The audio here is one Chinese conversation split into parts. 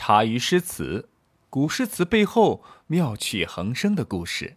茶余诗词，古诗词背后妙趣横生的故事。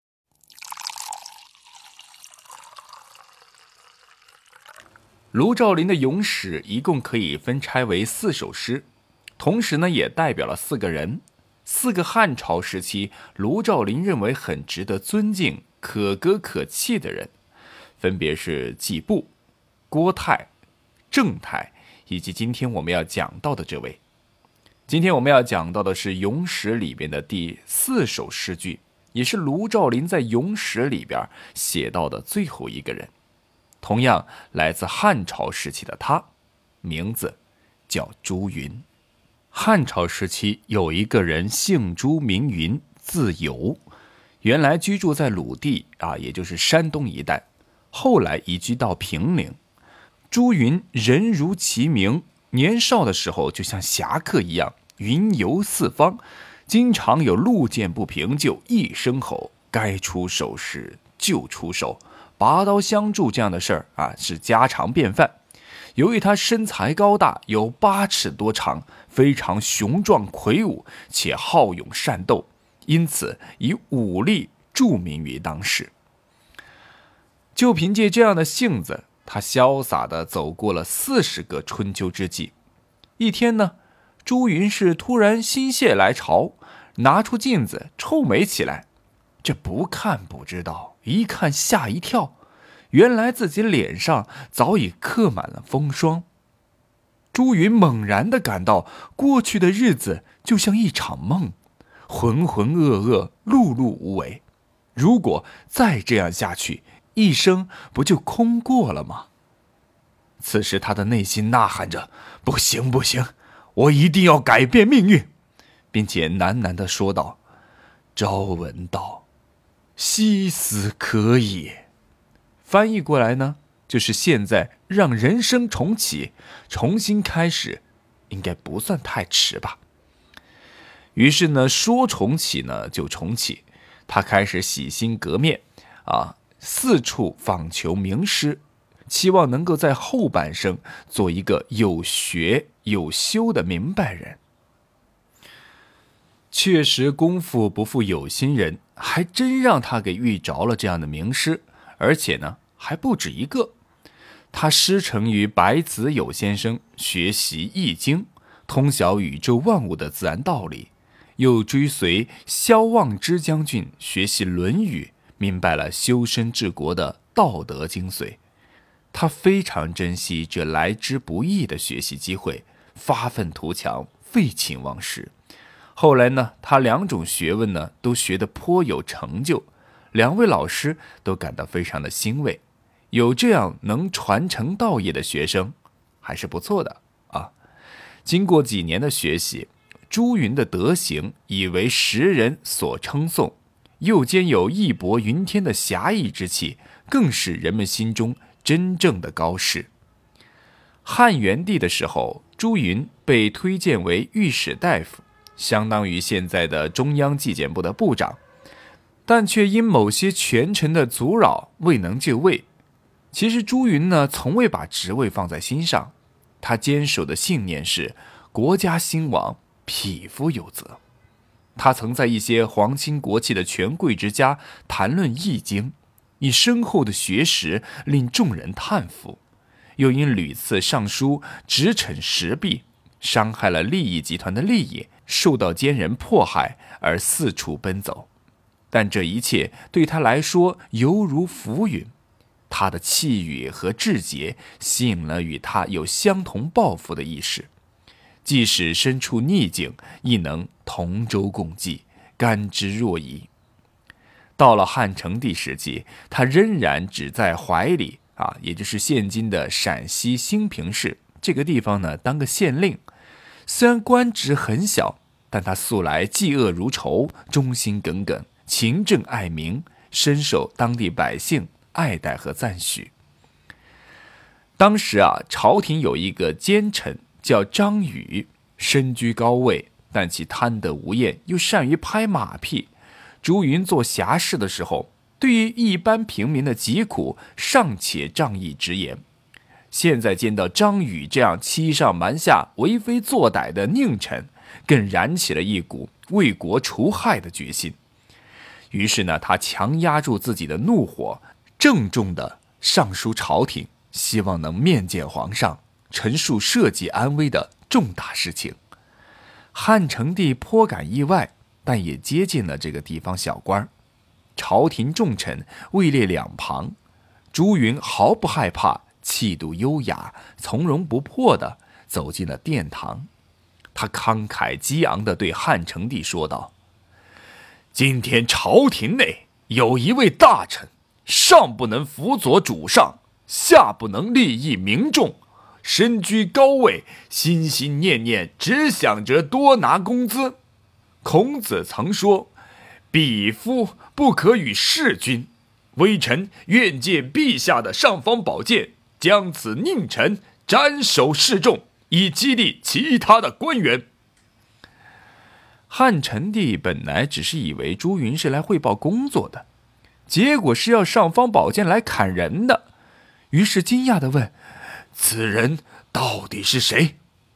卢照邻的《咏史》一共可以分拆为4首诗，同时呢也代表了4个人，4个汉朝时期卢照邻认为很值得尊敬、可歌可泣的人，分别是季布、郭泰、郑泰，以及今天我们要讲到的这位。今天我们要讲到的是《咏史》里边的第4首诗句，也是卢照邻在《咏史》里边写到的最后一个人。同样来自汉朝时期的他，名字叫朱云。汉朝时期有一个人姓朱名云，字游，原来居住在鲁地也就是山东一带，后来移居到平陵。朱云人如其名，年少的时候就像侠客一样云游四方，经常有路见不平就一声吼，该出手时就出手，拔刀相助这样的事儿是家常便饭。由于他身材高大，有8尺多长，非常雄壮魁梧，且好勇善斗，因此以武力著名于当时。就凭借这样的性子，他潇洒地走过了40个春秋之际。一天呢，朱云是突然心血来潮，拿出镜子臭美起来。这不看不知道，一看吓一跳，原来自己脸上早已刻满了风霜。朱云猛然地感到过去的日子就像一场梦，浑浑噩噩，碌碌无为。如果再这样下去，一生不就空过了吗？此时他的内心呐喊着，不行不行，我一定要改变命运，并且喃喃地说道，朝闻道，夕死可也。翻译过来呢，就是现在让人生重启，重新开始，应该不算太迟吧。于是呢，说重启呢就重启，他开始洗心革面四处访求名师，期望能够在后半生做一个有学有修的明白人。确实功夫不负有心人，还真让他给遇着了这样的名师，而且呢还不止一个。他师承于白子友先生，学习易经，通晓宇宙万物的自然道理，又追随萧望之将军学习论语，明白了修身治国的道德精髓。他非常珍惜这来之不易的学习机会，发愤图强，废寝忘食。后来呢，他2种学问呢都学得颇有成就，2位老师都感到非常的欣慰。有这样能传承道业的学生还是不错的经过几年的学习，朱云的德行已为时人所称颂，又兼有义薄云天的侠义之气，更是人们心中真正的高士。汉元帝的时候，朱云被推荐为御史大夫，相当于现在的中央纪检部的部长，但却因某些权臣的阻扰未能就位。其实朱云呢，从未把职位放在心上，他坚守的信念是国家兴亡，匹夫有责。他曾在一些皇亲国戚的权贵之家谈论易经，以深厚的学识令众人叹服，又因屡次上书直陈时弊，伤害了利益集团的利益，受到奸人迫害而四处奔走。但这一切对他来说犹如浮云，他的气宇和志节吸引了与他有相同抱负的义士，即使身处逆境，亦能同舟共济，甘之若饴。到了汉成帝时期，他仍然只在怀里也就是现今的陕西兴平市这个地方呢当个县令。虽然官职很小，但他素来嫉恶如仇，忠心耿耿，勤政爱民，深受当地百姓爱戴和赞许。当时朝廷有一个奸臣叫张宇，身居高位，但其贪得无厌，又善于拍马屁。朱云做侠士的时候，对于一般平民的疾苦尚且仗义直言，现在见到张宇这样欺上瞒下、为非作歹的佞臣， 更燃起了一股为国除害的决心。于是呢，他强压住自己的怒火，郑重地上书朝廷，希望能面见皇上，陈述社稷安危的重大事情。汉成帝颇感意外，但也接近了这个地方小官。朝廷重臣位列两旁，朱云毫不害怕，气度优雅，从容不迫地走进了殿堂。他慷慨激昂地对汉成帝说道：今天朝廷内有一位大臣，上不能辅佐主上，下不能利益民众，身居高位，心心念念只想着多拿工资。孔子曾说，匹夫不可与弑君，微臣愿借陛下的尚方宝剑，将此佞臣斩首示众，以激励其他的官员。汉成帝本来只是以为朱云是来汇报工作的，结果是要尚方宝剑来砍人的，于是惊讶地问：此人到底是谁？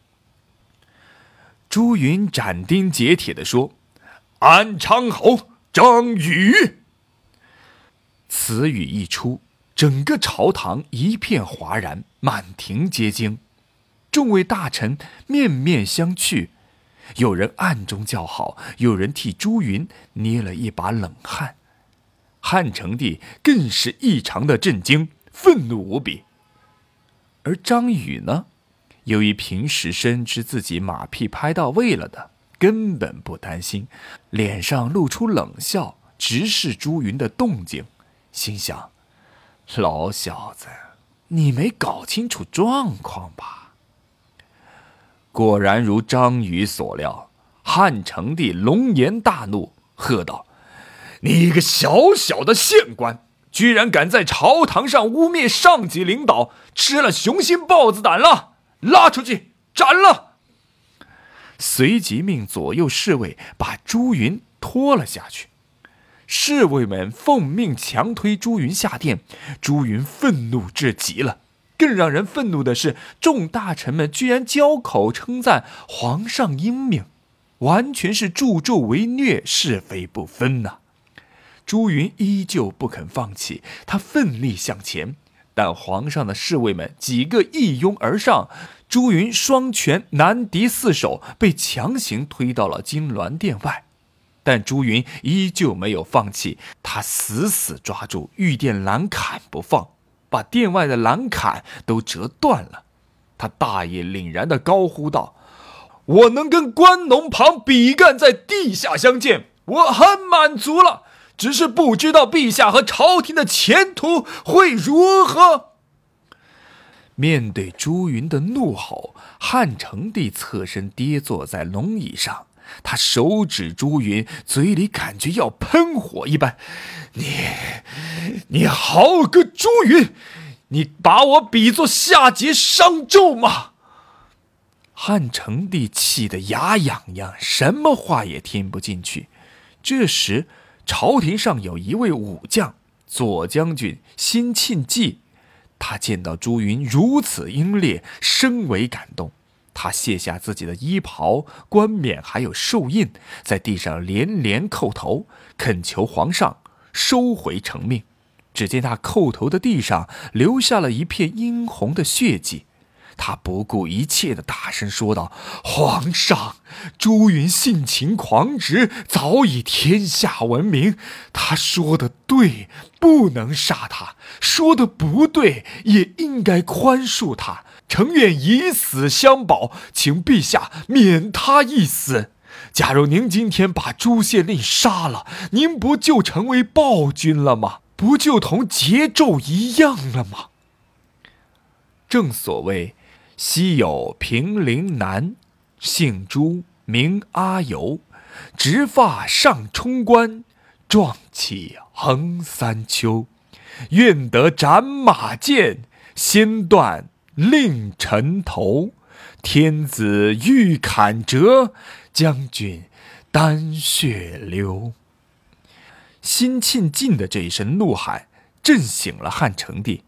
朱云斩钉截铁地说：安昌侯张宇。此语一出，整个朝堂一片哗然，满庭皆惊，众位大臣面面相觑，有人暗中叫好，有人替朱云捏了一把冷汗。汉成帝更是异常的震惊，愤怒无比。而张宇呢，由于平时深知自己马屁拍到位了的，根本不担心，脸上露出冷笑，直视朱云的动静，心想：老小子，你没搞清楚状况吧？果然如张宇所料，汉成帝龙颜大怒，喝道：你一个小小的县官，居然敢在朝堂上污蔑上级领导，吃了雄心豹子胆了，拉出去斩了！随即命左右侍卫把朱云拖了下去。侍卫们奉命强推朱云下殿，朱云愤怒至极了。更让人愤怒的是，众大臣们居然交口称赞皇上英明，完全是助纣为虐，是非不分呐。朱云依旧不肯放弃，他奋力向前，但皇上的侍卫们几个一拥而上，朱云双拳难敌四手，被强行推到了金銮殿外。但朱云依旧没有放弃，他死死抓住御殿栏杆不放，把殿外的栏杆都折断了。他大义凛然地高呼道：我能跟关农旁比干在地下相见，我很满足了，只是不知道陛下和朝廷的前途会如何。面对朱云的怒吼，汉成帝侧身跌坐在龙椅上，他手指朱云，嘴里感觉要喷火一般。你好个朱云，你把我比作夏桀商纣吗？汉成帝气得牙痒痒，什么话也听不进去。这时朝廷上有一位武将，左将军辛庆忌，他见到朱云如此英烈，深为感动。他卸下自己的衣袍、冠冕还有寿印，在地上连连叩头，恳求皇上收回成命。只见他叩头的地上留下了一片殷红的血迹。他不顾一切地大声说道：皇上，朱云性情狂直，早已天下闻名。他说的对，不能杀他；说的不对，也应该宽恕他。诚愿以死相保，请陛下免他一死。假如您今天把朱县令杀了，您不就成为暴君了吗？不就同桀纣一样了吗？正所谓昔有平陵男，姓朱名阿尤，直发上冲冠，壮气横三秋。愿得斩马剑，先断令臣头。天子欲砍折，将军丹血流。辛庆忌的这一声怒喊震醒了汉成帝，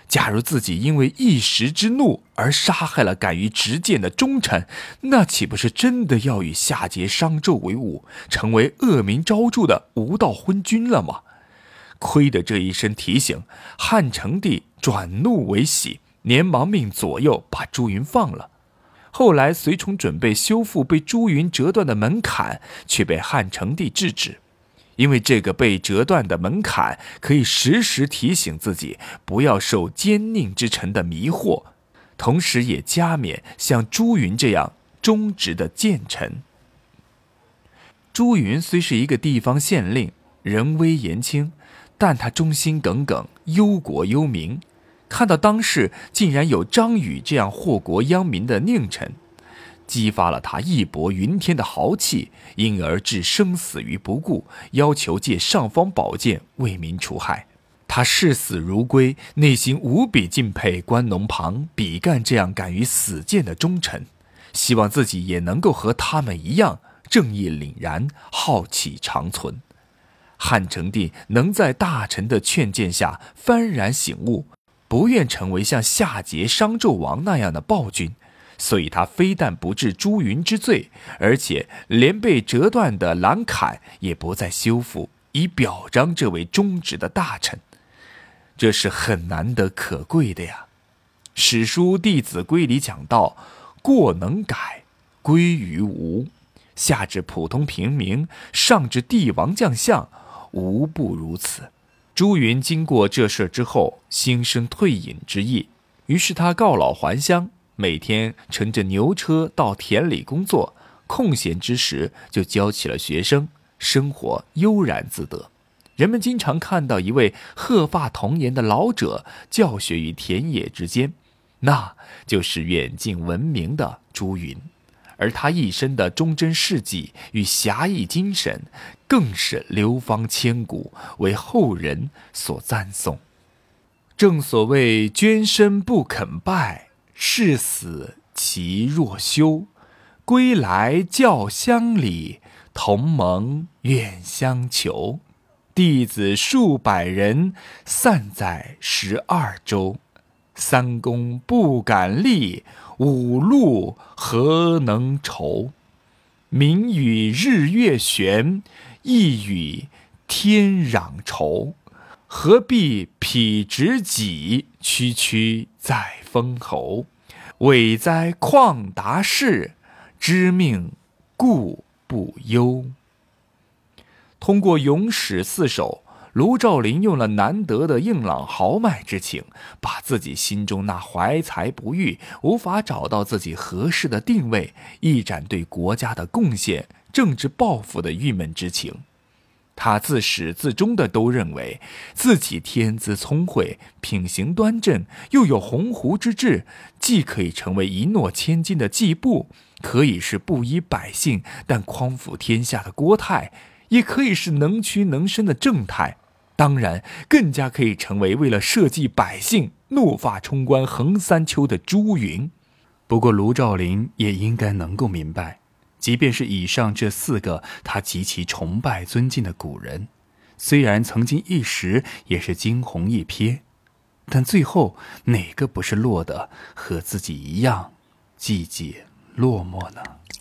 假如自己因为一时之怒而杀害了敢于直谏的忠臣，那岂不是真的要与夏桀、商纣为伍，成为恶名昭著的无道昏君了吗？亏得这一声提醒，汉成帝转怒为喜，连忙命左右把朱云放了。后来随从准备修复被朱云折断的门槛，却被汉成帝制止。因为这个被折断的门槛可以时时提醒自己不要受奸佞之臣的迷惑，同时也加冕像朱云这样忠直的谏臣。朱云虽是一个地方县令，人微言轻，但他忠心耿耿，忧国忧民。看到当世竟然有张宇这样祸国殃民的佞臣，激发了他义薄云天的豪气，因而置生死于不顾，要求借尚方宝剑为民除害。他视死如归，内心无比敬佩关龙庞、比干这样敢于死谏的忠臣，希望自己也能够和他们一样正义凛然，浩气长存。汉成帝能在大臣的劝谏下幡然醒悟，不愿成为像夏桀、商纣王那样的暴君，所以他非但不治朱云之罪，而且连被折断的栏杆也不再修复，以表彰这位忠直的大臣。这是很难得可贵的呀。史书《弟子规》里讲到，过能改，归于无。下至普通平民，上至帝王将相，无不如此。朱云经过这事之后，心生退隐之意，于是他告老还乡，每天乘着牛车到田里工作，空闲之时就教起了学生，生活悠然自得。人们经常看到一位鹤发童颜的老者教学于田野之间，那就是远近闻名的朱云。而他一生的忠贞事迹与侠义精神，更是流芳千古，为后人所赞颂。正所谓捐身不肯拜，誓死其若休。归来教乡里，同盟远相求。弟子数百人，散在12州。三公不敢立，五路何能酬？民与日月悬，亦与天壤筹。何必匹直己，区区在封侯？委哉旷达事，知命故不忧。通过咏史4首，卢照邻用了难得的硬朗豪迈之情，把自己心中那怀才不遇、无法找到自己合适的定位、一展对国家的贡献、政治抱负的郁闷之情。他自始至终的都认为自己天资聪慧，品行端正，又有鸿鹄之志，既可以成为一诺千金的季布，可以是不依百姓但匡扶天下的郭泰，也可以是能屈能伸的正太，当然更加可以成为为了社稷百姓怒发冲冠横三秋的朱云。不过卢照邻也应该能够明白，即便是以上这4个他极其崇拜尊敬的古人，虽然曾经一时也是惊鸿一瞥，但最后哪个不是落得和自己一样寂寂落寞呢？